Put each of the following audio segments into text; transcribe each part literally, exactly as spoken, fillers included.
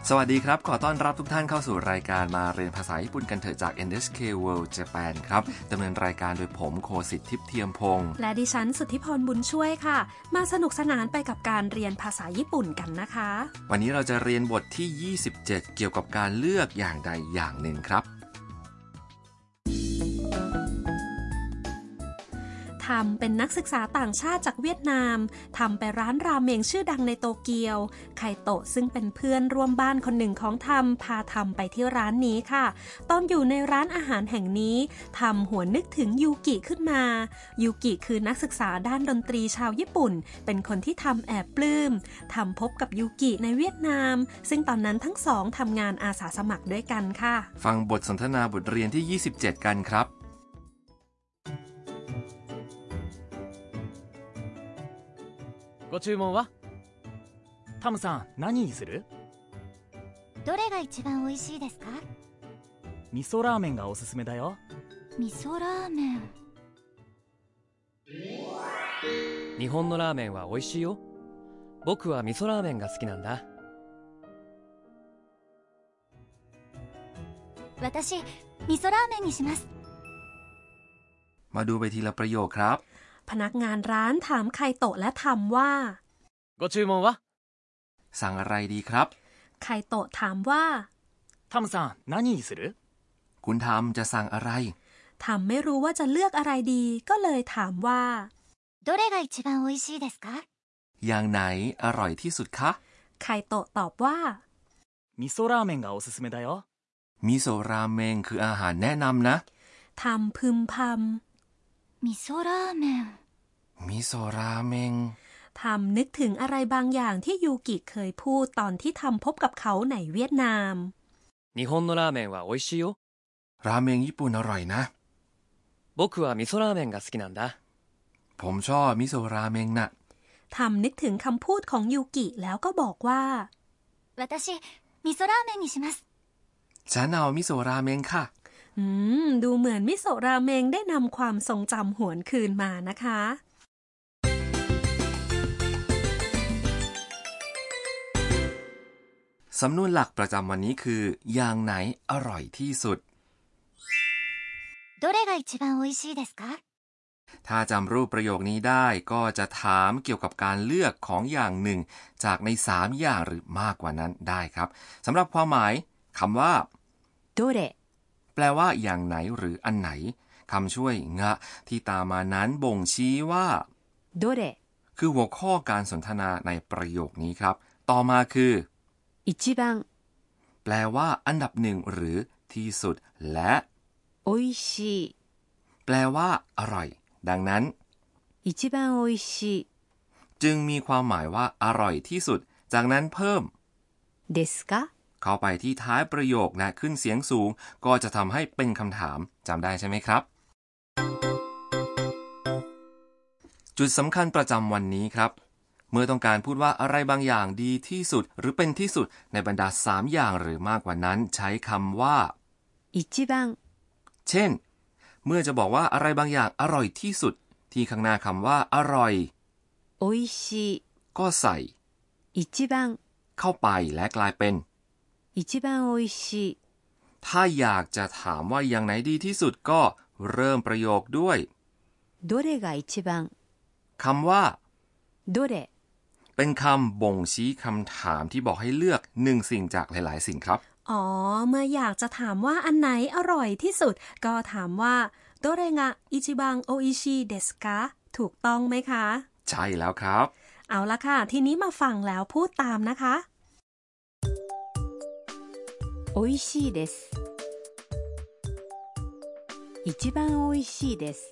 สวัสดีครับขอต้อนรับทุกท่านเข้าสู่รายการมาเรียนภาษาญี่ปุ่นกันเถอะจาก เอ็น เอช เค World Japan ครับดำเนินรายการโดยผมโคสิทธิ์ทิพย์เทียมพงษ์และดิฉันสุทธิพรบุญช่วยค่ะมาสนุกสนานไปกับการเรียนภาษาญี่ปุ่นกันนะคะวันนี้เราจะเรียนบทที่ยี่สิบเจ็ดเกี่ยวกับการเลือกอย่างใดอย่างหนึ่งครับทำเป็นนักศึกษาต่างชาติจากเวียดนามทำไปร้านราเมงชื่อดังในโตเกียวไคโตะซึ่งเป็นเพื่อนร่วมบ้านคนหนึ่งของทำพาทำไปที่ร้านนี้ค่ะตอนอยู่ในร้านอาหารแห่งนี้ทำหัวนึกถึงยูกิขึ้นมายูกิคือนักศึกษาด้านดนตรีชาวญี่ปุ่นเป็นคนที่ทำแอบปลื้มทำพบกับยูกิในเวียดนามซึ่งตอนนั้นทั้งสองทำงานอาสาสมัครด้วยกันค่ะฟังบทสนทนาบทเรียนที่ยี่สิบเจ็ดกันครับご注文はタムさん何にするどれが一番美味しいですか味噌ラーメンがおすすめだよ味噌ラーメン日本のラーメンは美味しいよ僕は味噌ラーメンが好きなんだ私味噌ラーメンにしますมาดูไปทีละประโยคครับพนักงานร้านถามไคโตะและทำว่าご注文はสั่งอะไรดีครับไคโตะถามว่าタムさん何にするคุณทำจะสั่งอะไรทำไม่รู้ว่าจะเลือกอะไรดีก็เลยถามว่าどれが一番美味しいですかอย่างไหนอร่อยที่สุดคะไคโตะตอบว่า味噌ラーメンがおすすめだよมิโซะราเมงคืออาหารแนะนำนะทำพึมพำ味噌ラーメンมิโซะราเมงทำนึกถึงอะไรบางอย่างที่ยูกิเคยพูดตอนที่ทำพบกับเขาในเวียดนาม日本のラーメンは美味しいよราเมงญี่ปุ่นอร่อยนะ僕は味噌ラーメンが好きなんだผมชอบมิโซะราเมงนะทำนึกถึงคำพูดของยูกิแล้วก็บอกว่า私味噌ラーメンにしますฉันเอามิโซะราเมงค่ะอืมดูเหมือนมิโซะราเมงได้นำความทรงจำหวนคืนมานะคะสำนวนหลักประจำวันนี้คืออย่างไหนอร่อยที่สุดどれが一番美味しいですかถ้าจำรูปประโยคนี้ได้ก็จะถามเกี่ยวกับการเลือกของอย่างหนึ่งจากในสามอย่างหรือมากกว่านั้นได้ครับสำหรับความหมายคำว่าどれแปลว่าอย่างไหนหรืออันไหนคำช่วยงะที่ตามมานั้นบ่งชี้ว่าどれคือหัวข้อการสนทนาในประโยคนี้ครับต่อมาคือ一番แปลว่าอันดับหนึ่งหรือที่สุดและおいしいแปลว่าอร่อยดังนั้น一番おいしいจึงมีความหมายว่าอร่อยที่สุดจากนั้นเพิ่มですかเข้าไปที่ท้ายประโยคและขึ้นเสียงสูงก็จะทำให้เป็นคำถามจำได้ใช่ไหมครับจุดสำคัญประจำวันนี้ครับเมื่อต้องการพูดว่าอะไรบางอย่างดีที่สุดหรือเป็นที่สุดในบรรดาสามอย่างหรือมากกว่านั้นใช้คำว่า一番เช่นเมื่อจะบอกว่าอะไรบางอย่างอร่อยที่สุดที่ข้างหน้าคำว่าอร่อยおいしいก็ใส่一番เข้าไปและกลายเป็น一番おいしいถ้าอยากจะถามว่าอย่างไหนดีที่สุดก็เริ่มประโยคด้วยどれが一番คำว่าどれเป็นคำบ่งชี้คำถามที่บอกให้เลือกหนึ่งสิ่งจากหลายๆสิ่งครับอ๋อเมื่ออยากจะถามว่าอันไหนอร่อยที่สุดก็ถามว่าどれが一番おいしいですかถูกต้องไหมคะใช่แล้วครับเอาละค่ะทีนี้มาฟังแล้วพูดตามนะคะおいしいです一番おいしいです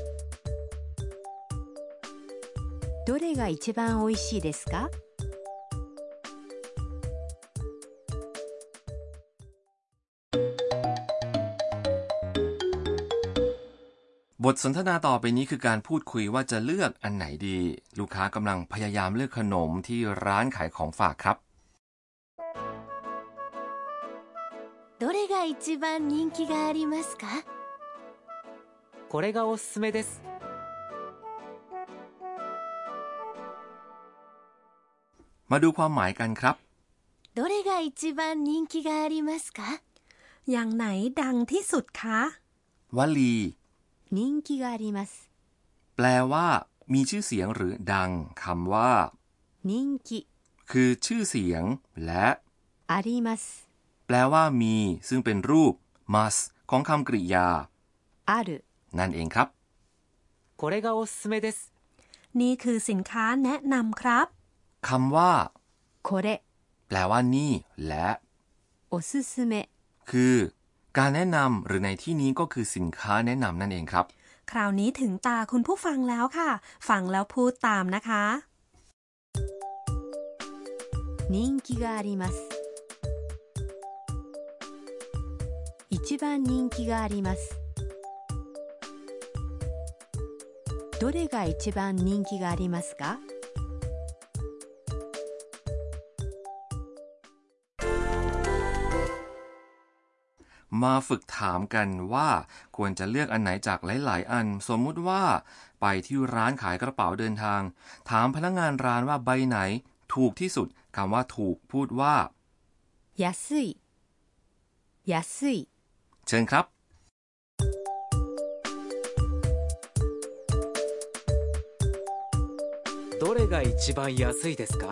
どれが一番おいしいですかบทสนทนาต่อไปนี้คือการพูดคุยว่าจะเลือกอันไหนดีลูกค้ากำลังพยายามเลือกขนมที่ร้านขายของฝากครับどれが一番人気がありますかこれがおすすめですมาดูความหมายกันครับどれが一番人気がありますかอย่างไหนดังที่สุดคะวลี人気がありますแปลว่ามีชื่อเสียงหรือดังคำว่า人気คือชื่อเสียงและありますแปลว่ามีซึ่งเป็นรูป must ของคำกริยาあるนั่นเองครับこれがおすすめですนี่คือสินค้าแนะนำครับคำว่าこれแปลว่านี่และおすすめคือการแนะนำหรือในที่นี้ก็คือสินค้าแนะนำนั่นเองครับคราวนี้ถึงตาคุณผู้ฟังแล้วค่ะฟังแล้วพูดตามนะคะ人気があります一番人気がありますどれが一番人気がありますかมาฝึกถามกันว่าควรจะเลือกอันไหนจากหลายๆอันสมมุติว่าไปที่ร้านขายกระเป๋าเดินทางถามพนักงานร้านว่าใบไหนถูกที่สุดคำว่าถูกพูดว่า安い安いเชิญครับどれが一番安いですか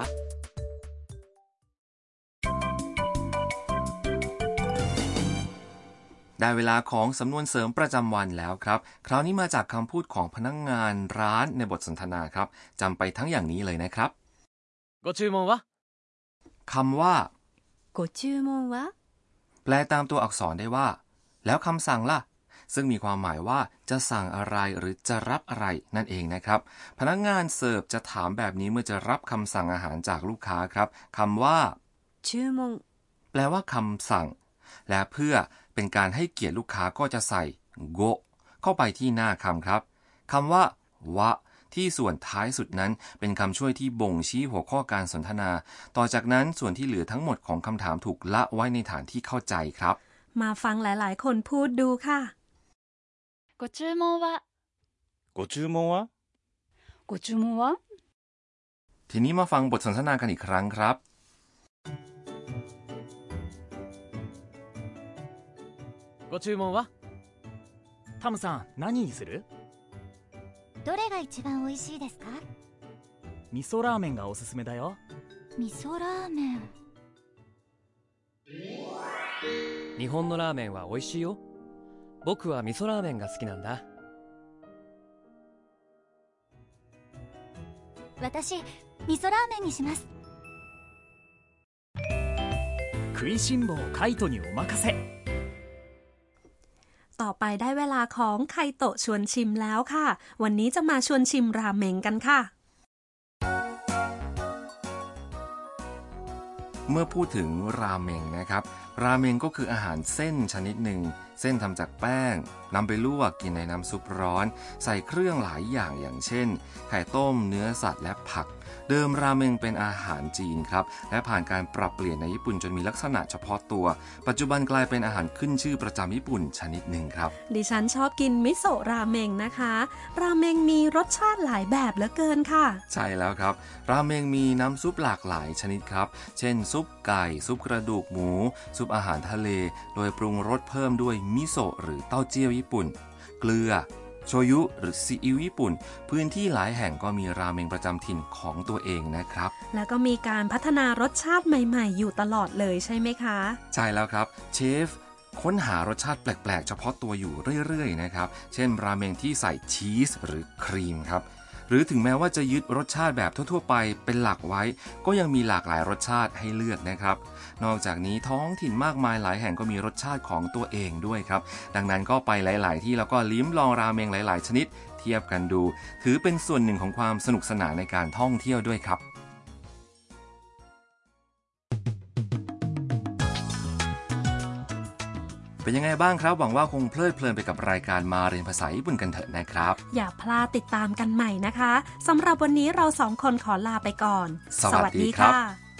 ได้เวลาของสำนวนเสริมประจำวันแล้วครับคราวนี้มาจากคำพูดของพนักงานร้านในบทสนทนาครับจำไปทั้งอย่างนี้เลยนะครับご注文はคำว่าご注文はแปลตามตัวอักษรได้ว่าแล้วคำสั่งล่ะซึ่งมีความหมายว่าจะสั่งอะไรหรือจะรับอะไรนั่นเองนะครับพนักงานเสิร์ฟจะถามแบบนี้เมื่อจะรับคำสั่งอาหารจากลูกค้าครับคำว่า注文แปลว่าคำสั่งและเพื่อเป็นการให้เกียรติลูกค้าก็จะใส่โกเข้าไปที่หน้าคำครับคำว่าวะที่ส่วนท้ายสุดนั้นเป็นคำช่วยที่บ่งชี้หัวข้อการสนทนาต่อจากนั้นส่วนที่เหลือทั้งหมดของคำถามถูกละไว้ในฐานที่เข้าใจครับมาฟังหลายๆคนพูดดูค่ะご注文はご注文はご注文はทีนี้มาฟังบทสนทนากันอีกครั้งครับご注文はタムさん何にするどれが一番おいしいですか味噌ラーメンがおすすめだよ味噌ラーメン日本のラーメンは美味しいよ僕は味噌ラーメンが好きなんだ私味噌ラーメンにします食いしん坊カイトにお任せต่อไปได้เวลาของไคโตะชวนชิมแล้วค่ะวันนี้จะมาชวนชิมราเมงกันค่ะเมื่อพูดถึงราเมงนะครับราเมงก็คืออาหารเส้นชนิดหนึ่งเส้นทำจากแป้งนำไปลวกกินในน้ำซุปร้อนใส่เครื่องหลายอย่างอย่างเช่นไข่ต้มเนื้อสัตว์และผักเดิมราเมงเป็นอาหารจีนครับและผ่านการปรับเปลี่ยนในญี่ปุ่นจนมีลักษณะเฉพาะตัวปัจจุบันกลายเป็นอาหารขึ้นชื่อประจำญี่ปุ่นชนิดหนึ่งครับดิฉันชอบกินมิโซะราเมงนะคะราเมงมีรสชาติหลายแบบเหลือเกินค่ะใช่แล้วครับราเมงมีน้ำซุปหลากหลายชนิดครับเช่นซุปไก่ซุปกระดูกหมูซุปอาหารทะเลโดยปรุงรสเพิ่มด้วยมิโซะหรือเต้าเจี้ยวญี่ปุ่นเกลือโชยุหรือซีอิ๊วญี่ปุ่นพื้นที่หลายแห่งก็มีราเมงประจำถิ่นของตัวเองนะครับแล้วก็มีการพัฒนารสชาติใหม่ๆอยู่ตลอดเลยใช่ไหมคะใช่แล้วครับเชฟค้นหารสชาติแปลกๆเฉพาะตัวอยู่เรื่อยๆนะครับเช่นราเมงที่ใส่ชีสหรือครีมครับหรือถึงแม้ว่าจะยึดรสชาติแบบทั่วๆไปเป็นหลักไว้ก็ยังมีหลากหลายรสชาติให้เลือกนะครับนอกจากนี้ท้องถิ่นมากมายหลายแห่งก็มีรสชาติของตัวเองด้วยครับดังนั้นก็ไปหลายๆที่แล้วก็ลิ้มลองราเมงหลายๆชนิดเทียบกันดูถือเป็นส่วนหนึ่งของความสนุกสนานในการท่องเที่ยวด้วยครับเป็นยังไงบ้างครับหวังว่าคงเพลิดเพลินไปกับรายการมาเรียนภาษาญี่ปุ่นกันเถอะนะครับอย่าพลาดติดตามกันใหม่นะคะสำหรับวันนี้เราสองคนขอลาไปก่อนสวัสดีครับ